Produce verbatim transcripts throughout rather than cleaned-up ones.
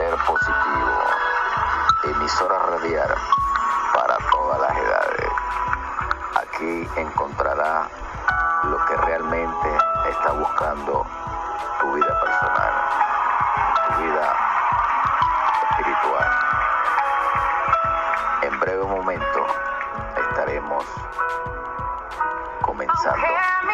Ser Positivo, emisora radial para todas las edades. Aquí encontrará lo que realmente está buscando tu vida personal, tu vida espiritual. En breve momento estaremos comenzando.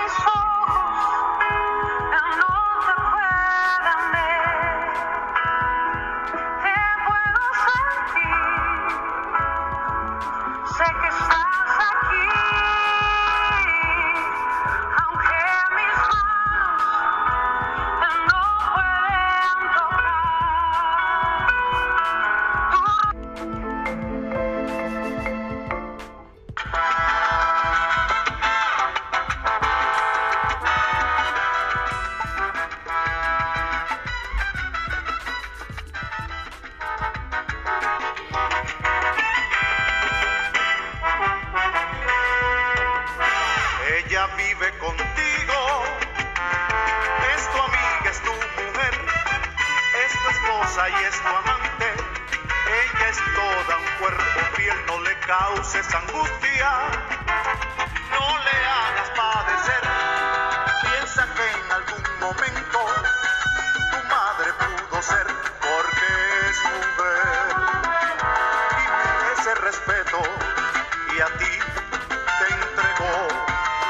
Ella vive contigo, es tu amiga, es tu mujer, es tu esposa y es tu amante. Ella es toda un cuerpo fiel, no le causes angustia, no le hagas padecer. Piensa que en algún momento tu madre pudo ser, porque es mujer y merece respeto, y a ti te entregó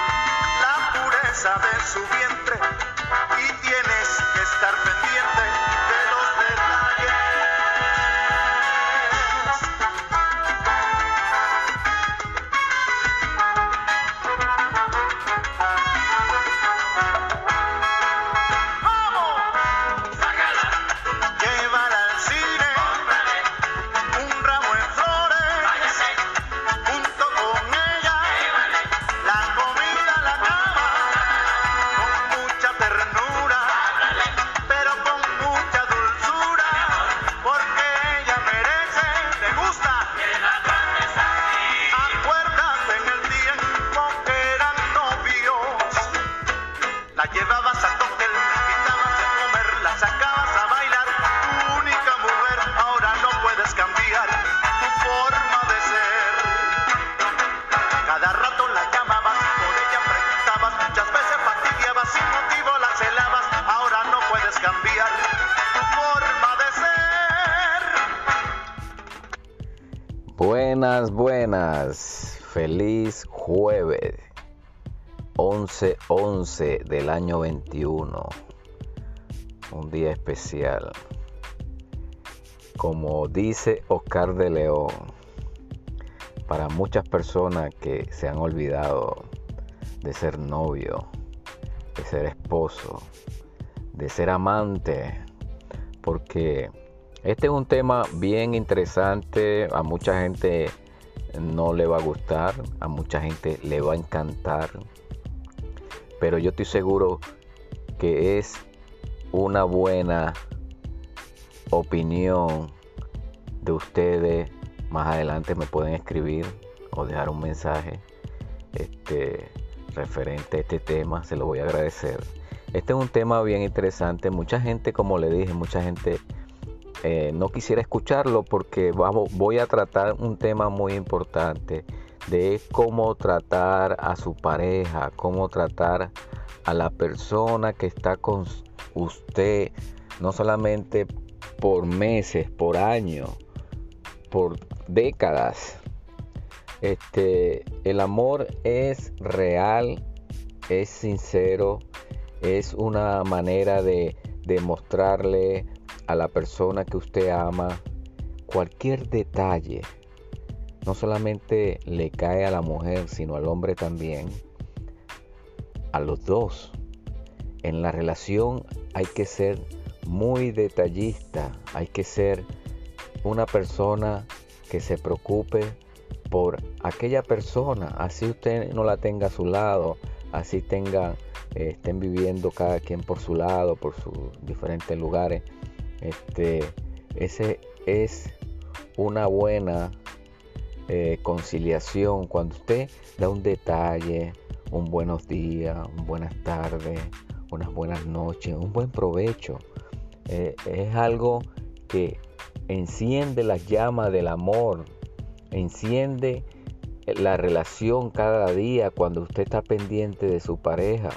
de su vientre y tienes que estar pendiente de los detalles. ¡Vamos! ¡Sácala! Llévala al cine, cómprale un ramo de flores, váyase junto con ella, llévale la comida a la cama. La llevabas al cóctel, la invitabas a comer, la sacabas a bailar. Tu única mujer, ahora no puedes cambiar tu forma de ser. Cada rato la llamabas, por ella preguntabas, muchas veces fastidiabas, sin motivo la celabas. Ahora no puedes cambiar tu forma de ser. Buenas, buenas. Feliz jueves. once once del año veintiuno, un día especial. Como dice Oscar de León, para muchas personas que se han olvidado de ser novio, de ser esposo, de ser amante, porque este es un tema bien interesante. A mucha gente no le va a gustar, a mucha gente le va a encantar, pero yo estoy seguro que es una buena opinión de ustedes. Más adelante me pueden escribir o dejar un mensaje este, referente a este tema, se lo voy a agradecer. Este es un tema bien interesante. Mucha gente, como le dije, mucha gente eh, no quisiera escucharlo porque vamos, voy a tratar un tema muy importante de cómo tratar a su pareja, cómo tratar a la persona que está con usted, no solamente por meses, por años, por décadas. Este, el amor es real, es sincero, es una manera de demostrarle a la persona que usted ama cualquier detalle. No solamente le cae a la mujer, sino al hombre también. A los dos. En la relación hay que ser muy detallista. Hay que ser una persona que se preocupe por aquella persona. Así usted no la tenga a su lado. Así tenga, eh, estén viviendo cada quien por su lado, por sus diferentes lugares. Este, ese es una buena Eh, conciliación, cuando usted da un detalle, un buenos días, un buenas tardes, unas buenas noches, un buen provecho. Eh, es algo que enciende las llamas del amor, enciende la relación cada día cuando usted está pendiente de su pareja.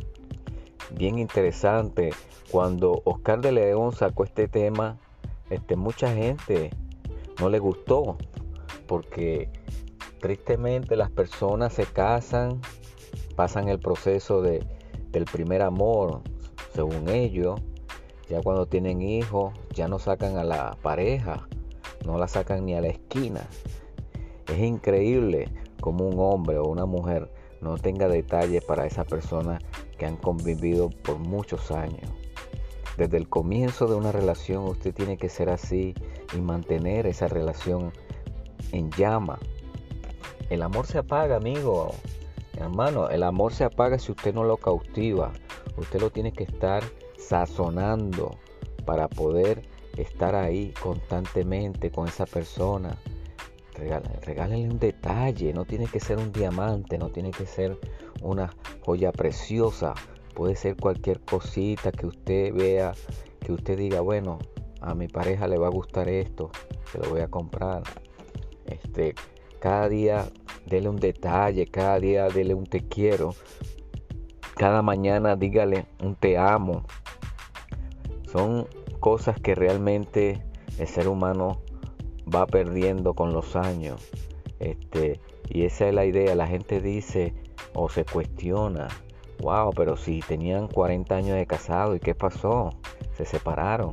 Bien interesante, cuando Oscar de León sacó este tema, este, mucha gente no le gustó, porque tristemente las personas se casan, pasan el proceso de, del primer amor, según ellos. Ya cuando tienen hijos, ya no sacan a la pareja, no la sacan ni a la esquina. Es increíble como un hombre o una mujer no tenga detalles para esa persona que han convivido por muchos años. Desde el comienzo de una relación usted tiene que ser así y mantener esa relación en llama. El amor se apaga, amigo, hermano, el amor se apaga si usted no lo cautiva. Usted lo tiene que estar sazonando para poder estar ahí constantemente con esa persona. Regálale, regálale un detalle, no tiene que ser un diamante, no tiene que ser una joya preciosa, puede ser cualquier cosita que usted vea, que usted diga, bueno, a mi pareja le va a gustar esto, se lo voy a comprar. Este, cada día dele un detalle, cada día dele un te quiero, cada mañana dígale un te amo. Son cosas que realmente el ser humano va perdiendo con los años. Este, y esa es la idea. La gente dice o se cuestiona, wow, pero si tenían cuarenta años de casado, ¿y qué pasó? Se separaron.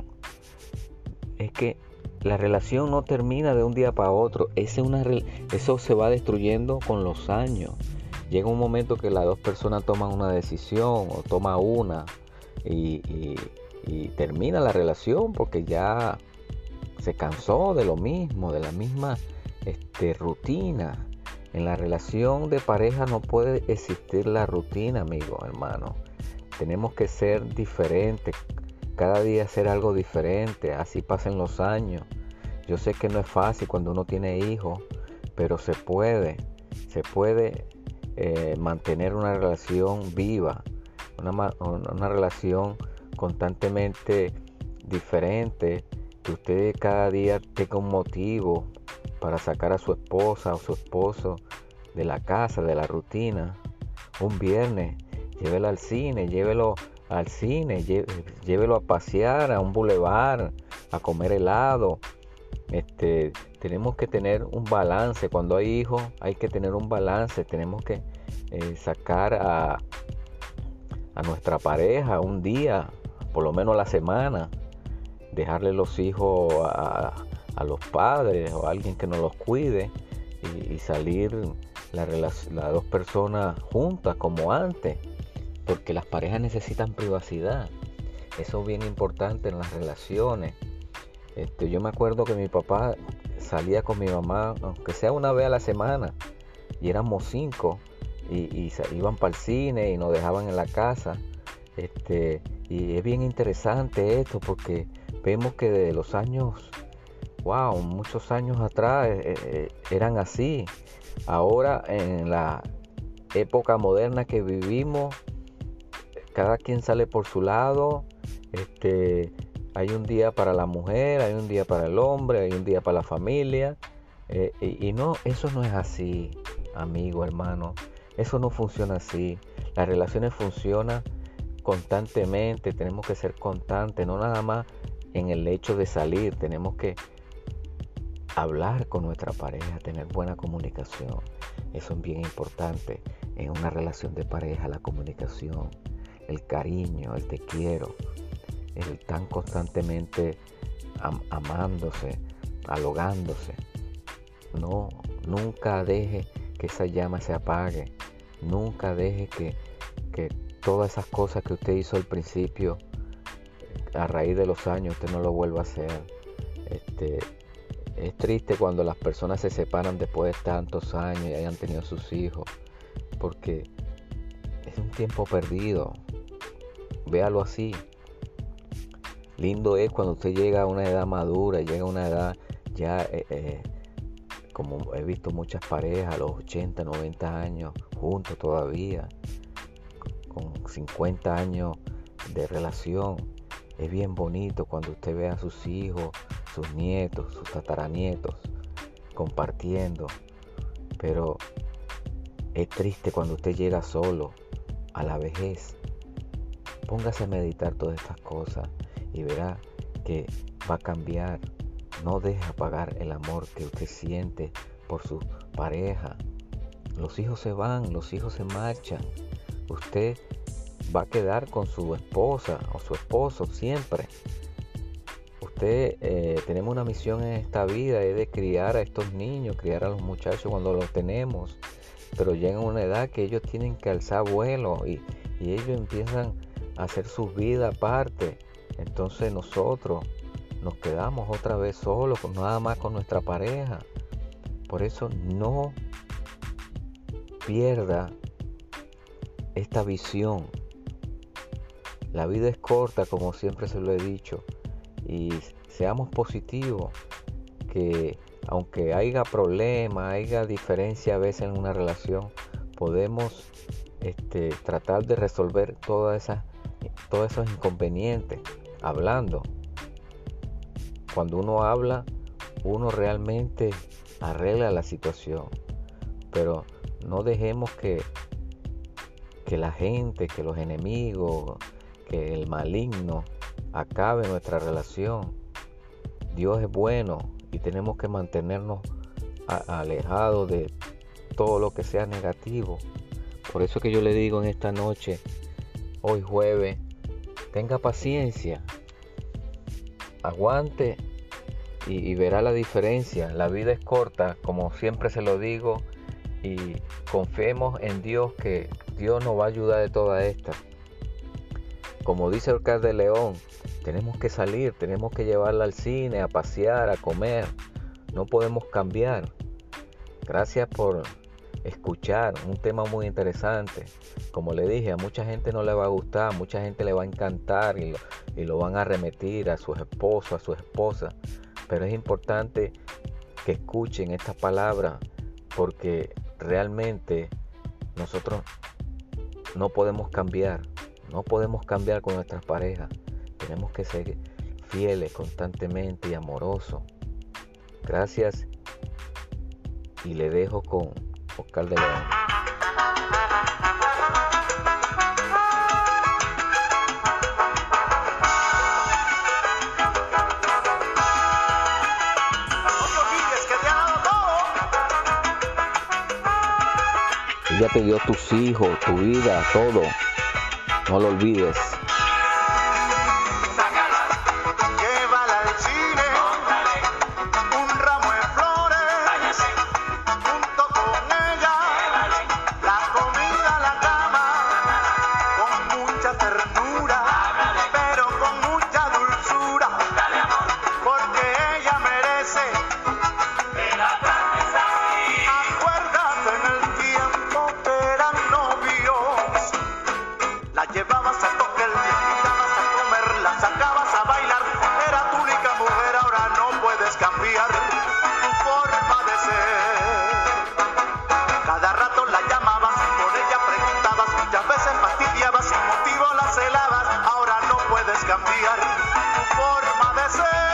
Es que la relación no termina de un día para otro. Es una, eso se va destruyendo con los años. Llega un momento que las dos personas toman una decisión o toma una y, y Y termina la relación porque ya se cansó de lo mismo, de la misma este, rutina. En la relación de pareja no puede existir la rutina, amigo, hermano. Tenemos que ser diferentes, cada día hacer algo diferente, así pasen los años. Yo sé que no es fácil cuando uno tiene hijos, pero se puede, se puede eh, mantener una relación viva, una, una relación constantemente diferente, que usted cada día tenga un motivo para sacar a su esposa o su esposo de la casa, de la rutina. Un viernes, llévelo al cine, llévelo al cine, llévelo a pasear a un bulevar, a comer helado. Este, tenemos que tener un balance. Cuando hay hijos hay que tener un balance. Tenemos que eh, sacar a, a nuestra pareja un día, por lo menos la semana, dejarle los hijos a, a los padres o a alguien que nos los cuide y, y salir la relac- las dos personas juntas como antes, porque las parejas necesitan privacidad. Eso es bien importante en las relaciones. Este, yo me acuerdo que mi papá salía con mi mamá, aunque sea una vez a la semana, y éramos cinco, y, y iban para el cine y nos dejaban en la casa. Este, y es bien interesante esto porque vemos que de los años, wow, muchos años atrás eh, eh, eran así. Ahora en la época moderna que vivimos, cada quien sale por su lado. Este, hay un día para la mujer, hay un día para el hombre, hay un día para la familia. Eh, y, y no, eso no es así, amigo, hermano. Eso no funciona así. Las relaciones funcionan constantemente, tenemos que ser constantes, no nada más en el hecho de salir, tenemos que hablar con nuestra pareja, tener buena comunicación. Eso es bien importante en una relación de pareja, la comunicación, el cariño, el te quiero, el estar constantemente am- amándose, halagándose. No, nunca deje que esa llama se apague, nunca deje que, que todas esas cosas que usted hizo al principio, a raíz de los años, usted no lo vuelva a hacer. Este, es triste cuando las personas se separan después de tantos años y hayan tenido sus hijos, porque es un tiempo perdido. Véalo así. Lindo es cuando usted llega a una edad madura, llega a una edad ya, eh, eh, como he visto muchas parejas a los ochenta, noventa años, juntos todavía, con cincuenta años de relación. Es bien bonito cuando usted ve a sus hijos, sus nietos, sus tataranietos, compartiendo. Pero es triste cuando usted llega solo a la vejez. Póngase a meditar todas estas cosas y verá que va a cambiar. No deje apagar el amor que usted siente por su pareja. Los hijos se van, los hijos se marchan. Usted va a quedar con su esposa o su esposo siempre. Usted, eh, tenemos una misión en esta vida, es de criar a estos niños, criar a los muchachos cuando los tenemos. Pero llegan a una edad que ellos tienen que alzar vuelo y, y ellos empiezan a hacer su vida aparte. Entonces nosotros nos quedamos otra vez solos, nada más con nuestra pareja. Por eso no pierda esta visión. La vida es corta, como siempre se lo he dicho, y seamos positivos, que aunque haya problemas, haya diferencia a veces en una relación, podemos este, tratar de resolver todas esas, todos esos inconvenientes hablando. Cuando uno habla, uno realmente arregla la situación, pero no dejemos que, que la gente, que los enemigos, que el maligno acabe nuestra relación. Dios es bueno y tenemos que mantenernos a, alejados de todo lo que sea negativo. Por eso que yo le digo en esta noche, hoy jueves, tenga paciencia, aguante y, y verá la diferencia. La vida es corta, como siempre se lo digo, y confiemos en Dios, que Dios nos va a ayudar de toda esta. Como dice Oscar de León, tenemos que salir, tenemos que llevarla al cine, a pasear, a comer. No podemos cambiar. Gracias por escuchar un tema muy interesante. Como le dije, a mucha gente no le va a gustar, a mucha gente le va a encantar y lo, y lo van a remitir a sus esposos, a sus esposas. Pero es importante que escuchen estas palabras, porque realmente nosotros no podemos cambiar. No podemos cambiar con nuestras parejas. Tenemos que ser fieles constantemente y amorosos. Gracias. Y le dejo con Oscar de León. Ella te dio tus hijos, tu vida, todo. No lo olvides. Llévala al cine, un ramo de flores, junto con ella, la comida, la cama, con mucha ternura, pero con mucha dulzura, porque ella merece que la trates así. Acuérdate en el tiempo que eran novios, la llevabas a coger, la invitabas a comer, la sacabas a bailar. Era tu única mujer, ahora no puedes cambiar tu forma de ser. Cada rato la llamabas, por ella preguntabas, muchas veces fastidiabas, sin motivo la celabas. Ahora no puedes cambiar tu forma de ser.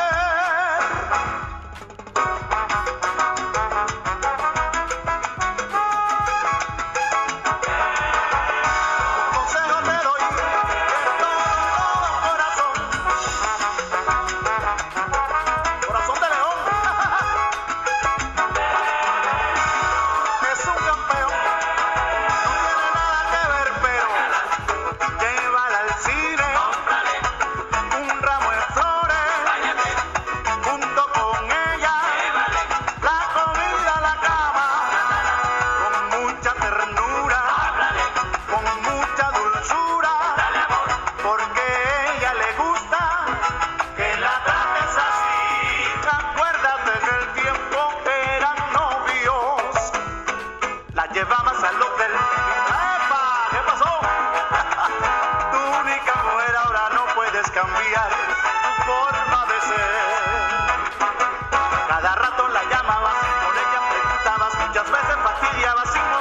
Llevabas al hotel. ¡Epa! ¿Qué pasó? Tu única mujer, ahora no puedes cambiar tu forma de ser. Cada rato la llamabas, con ella preguntabas, muchas veces fastidiabas.